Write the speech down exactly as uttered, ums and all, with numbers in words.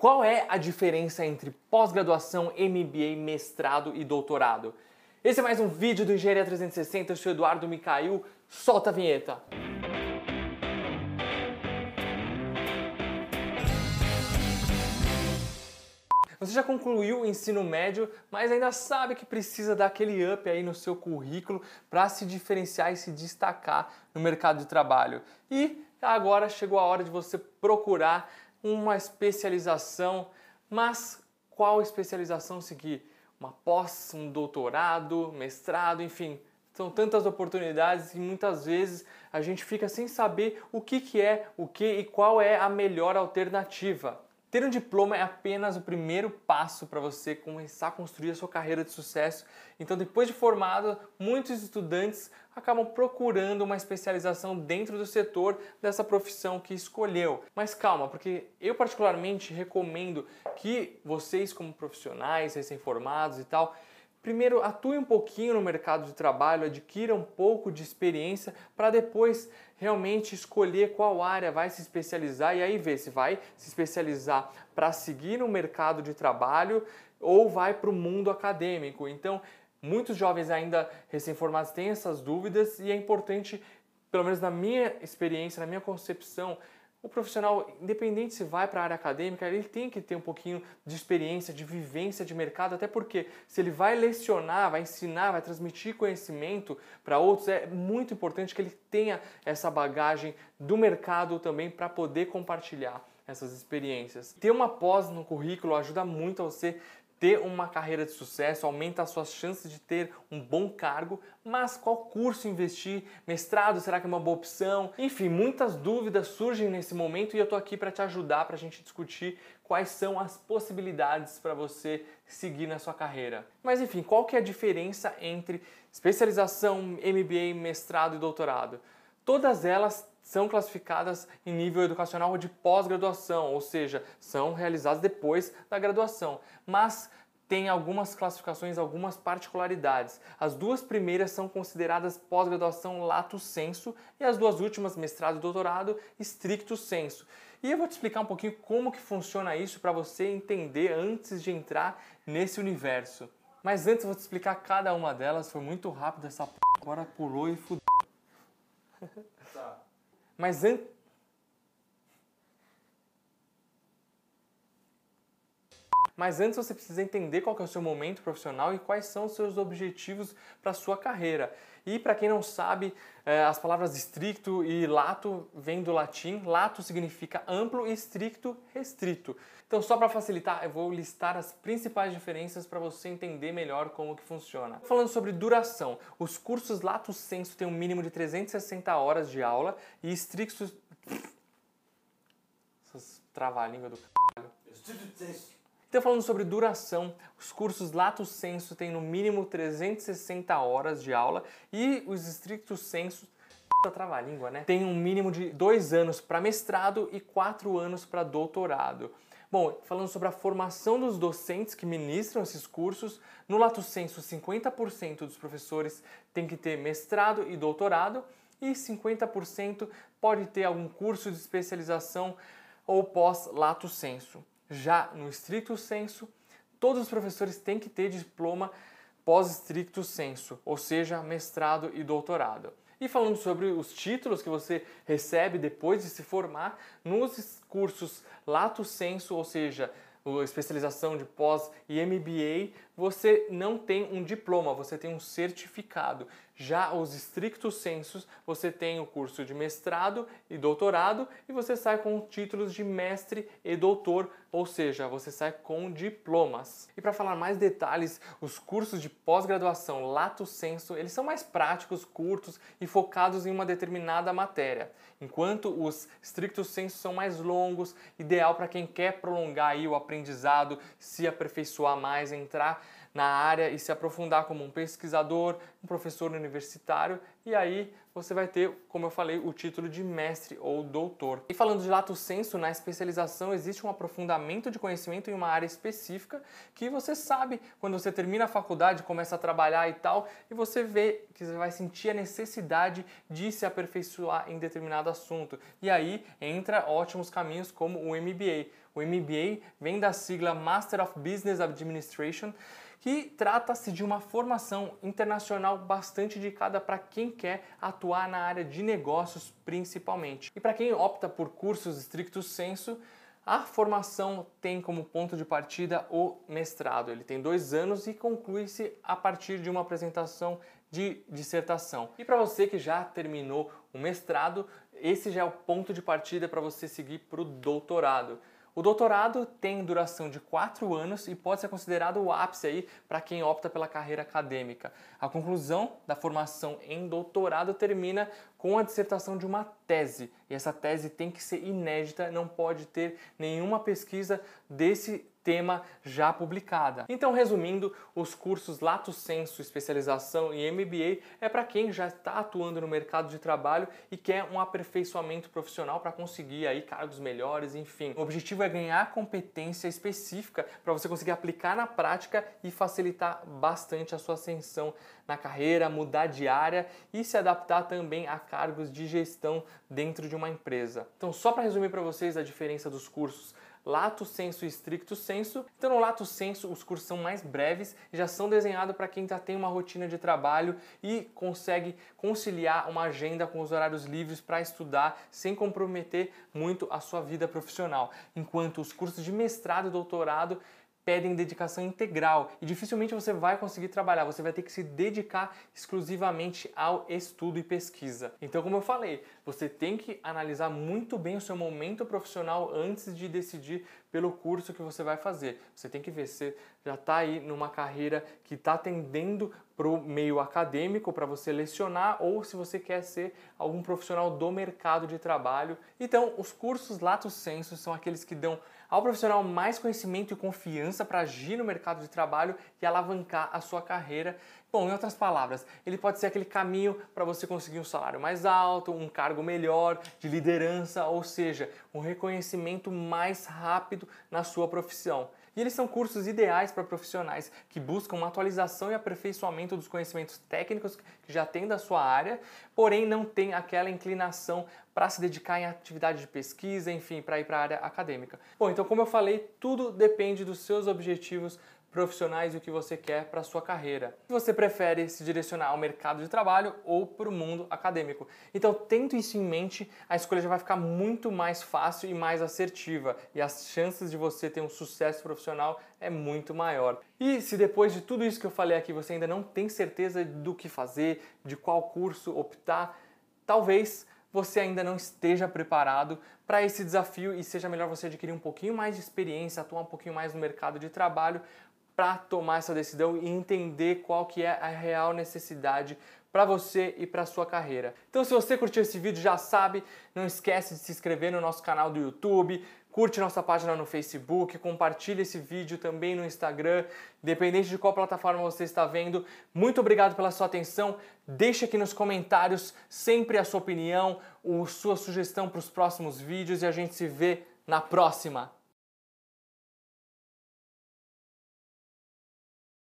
Qual é a diferença entre pós-graduação, M B A, mestrado e doutorado? Esse é mais um vídeo do Engenharia trezentos e sessenta, eu sou Eduardo Micail, solta a vinheta! Você já concluiu o ensino médio, mas ainda sabe que precisa dar aquele up aí no seu currículo para se diferenciar e se destacar no mercado de trabalho. E agora chegou a hora de você procurar uma especialização, mas qual especialização seguir? Uma pós, um doutorado, mestrado, enfim, são tantas oportunidades e muitas vezes a gente fica sem saber o que, que é o que e qual é a melhor alternativa. Ter um diploma é apenas o primeiro passo para você começar a construir a sua carreira de sucesso. Então, depois de formado, muitos estudantes acabam procurando uma especialização dentro do setor dessa profissão que escolheu. Mas calma, porque eu particularmente recomendo que vocês, como profissionais, recém-formados e tal, primeiro atuem um pouquinho no mercado de trabalho, adquira um pouco de experiência para depois realmente escolher qual área vai se especializar e aí ver se vai se especializar para seguir no mercado de trabalho ou vai para o mundo acadêmico. Então, muitos jovens ainda recém-formados têm essas dúvidas e é importante, pelo menos na minha experiência, na minha concepção, o profissional, independente se vai para a área acadêmica, ele tem que ter um pouquinho de experiência, de vivência de mercado, até porque se ele vai lecionar, vai ensinar, vai transmitir conhecimento para outros, é muito importante que ele tenha essa bagagem do mercado também para poder compartilhar essas experiências. Ter uma pós no currículo ajuda muito a você ter uma carreira de sucesso, aumenta as suas chances de ter um bom cargo, mas qual curso investir? Mestrado, será que é uma boa opção? Enfim, muitas dúvidas surgem nesse momento e eu tô aqui para te ajudar, para a gente discutir quais são as possibilidades para você seguir na sua carreira. Mas enfim, qual que é a diferença entre especialização, M B A, mestrado e doutorado? Todas elas são classificadas em nível educacional de pós-graduação, ou seja, são realizadas depois da graduação, mas tem algumas classificações, algumas particularidades. As duas primeiras são consideradas pós-graduação lato sensu e as duas últimas, mestrado e doutorado, stricto sensu. E eu vou te explicar um pouquinho como que funciona isso para você entender antes de entrar nesse universo. Mas antes eu vou te explicar cada uma delas, foi muito rápido essa p... agora pulou e fudeu. Tá. Mas antes... Mas antes você precisa entender qual que é o seu momento profissional e quais são os seus objetivos para a sua carreira. E para quem não sabe, as palavras stricto e lato vêm do latim. Lato significa amplo e stricto, restrito. Então, só para facilitar, eu vou listar as principais diferenças para você entender melhor como que funciona. Falando sobre duração, os cursos lato sensu têm um mínimo de trezentas e sessenta horas de aula e stricto... Essas trava-língua do caralho. Então, falando sobre duração, os cursos lato sensu têm no mínimo trezentas e sessenta horas de aula e os stricto sensu, trava-língua, né? Tem um mínimo de dois anos para mestrado e quatro anos para doutorado. Bom, falando sobre a formação dos docentes que ministram esses cursos, no lato sensu cinquenta por cento dos professores tem que ter mestrado e doutorado e cinquenta por cento pode ter algum curso de especialização ou pós lato sensu. Já no stricto sensu, todos os professores têm que ter diploma pós-stricto sensu, ou seja, mestrado e doutorado. E falando sobre os títulos que você recebe depois de se formar, nos cursos lato sensu, ou seja, a especialização de pós e M B A, você não tem um diploma, você tem um certificado. Já os stricto sensus, você tem o curso de mestrado e doutorado e você sai com títulos de mestre e doutor, ou seja, você sai com diplomas. E para falar mais detalhes, os cursos de pós-graduação lato sensu, eles são mais práticos, curtos e focados em uma determinada matéria, enquanto os stricto sensu são mais longos, ideal para quem quer prolongar aí o aprendizado, se aperfeiçoar mais, entrar na área e se aprofundar como um pesquisador, um professor universitário, e aí você vai ter, como eu falei, o título de mestre ou doutor. E falando de lato sensu, na especialização existe um aprofundamento de conhecimento em uma área específica que você sabe quando você termina a faculdade, começa a trabalhar e tal, e você vê que você vai sentir a necessidade de se aperfeiçoar em determinado assunto. E aí entra ótimos caminhos como o M B A. O M B A vem da sigla Master of Business Administration, que trata-se de uma formação internacional bastante indicada para quem quer atuar na área de negócios principalmente. E para quem opta por cursos stricto sensu, a formação tem como ponto de partida o mestrado. Ele tem dois anos e conclui-se a partir de uma apresentação de dissertação. E para você que já terminou o mestrado, esse já é o ponto de partida para você seguir para o doutorado. O doutorado tem duração de quatro anos e pode ser considerado o ápice aí para quem opta pela carreira acadêmica. A conclusão da formação em doutorado termina com a dissertação de uma tese. E essa tese tem que ser inédita, não pode ter nenhuma pesquisa desse tema já publicada. Então, resumindo, os cursos Lato Sensu, especialização e M B A é para quem já está atuando no mercado de trabalho e quer um aperfeiçoamento profissional para conseguir aí cargos melhores, enfim. O objetivo é ganhar competência específica para você conseguir aplicar na prática e facilitar bastante a sua ascensão na carreira, mudar de área e se adaptar também a cargos de gestão dentro de uma empresa. Então, só para resumir para vocês a diferença dos cursos Lato Sensu e Stricto Sensu. Então, no Lato Sensu, os cursos são mais breves e já são desenhados para quem já tem uma rotina de trabalho e consegue conciliar uma agenda com os horários livres para estudar sem comprometer muito a sua vida profissional. Enquanto os cursos de mestrado e doutorado pedem dedicação integral e dificilmente você vai conseguir trabalhar, você vai ter que se dedicar exclusivamente ao estudo e pesquisa. Então, como eu falei, você tem que analisar muito bem o seu momento profissional antes de decidir pelo curso que você vai fazer. Você tem que ver se já está aí numa carreira que está tendendo para o meio acadêmico, para você lecionar, ou se você quer ser algum profissional do mercado de trabalho. Então, os cursos Lato Sensu são aqueles que dão ao profissional mais conhecimento e confiança para agir no mercado de trabalho e alavancar a sua carreira. Bom, em outras palavras, ele pode ser aquele caminho para você conseguir um salário mais alto, um cargo melhor, de liderança, ou seja, um reconhecimento mais rápido na sua profissão. E eles são cursos ideais para profissionais que buscam uma atualização e aperfeiçoamento dos conhecimentos técnicos que já têm da sua área, porém não tem aquela inclinação para se dedicar em atividade de pesquisa, enfim, para ir para a área acadêmica. Bom, então como eu falei, tudo depende dos seus objetivos profissionais e o que você quer para a sua carreira. Se você prefere se direcionar ao mercado de trabalho ou para o mundo acadêmico. Então, tendo isso em mente, a escolha já vai ficar muito mais fácil e mais assertiva e as chances de você ter um sucesso profissional é muito maior. E se depois de tudo isso que eu falei aqui você ainda não tem certeza do que fazer, de qual curso optar, talvez você ainda não esteja preparado para esse desafio e seja melhor você adquirir um pouquinho mais de experiência, atuar um pouquinho mais no mercado de trabalho para tomar essa decisão e entender qual que é a real necessidade para você e para a sua carreira. Então, se você curtiu esse vídeo, já sabe, não esquece de se inscrever no nosso canal do YouTube, curte nossa página no Facebook, compartilhe esse vídeo também no Instagram, independente de qual plataforma você está vendo. Muito obrigado pela sua atenção. Deixe aqui nos comentários sempre a sua opinião, a sua sugestão para os próximos vídeos e a gente se vê na próxima.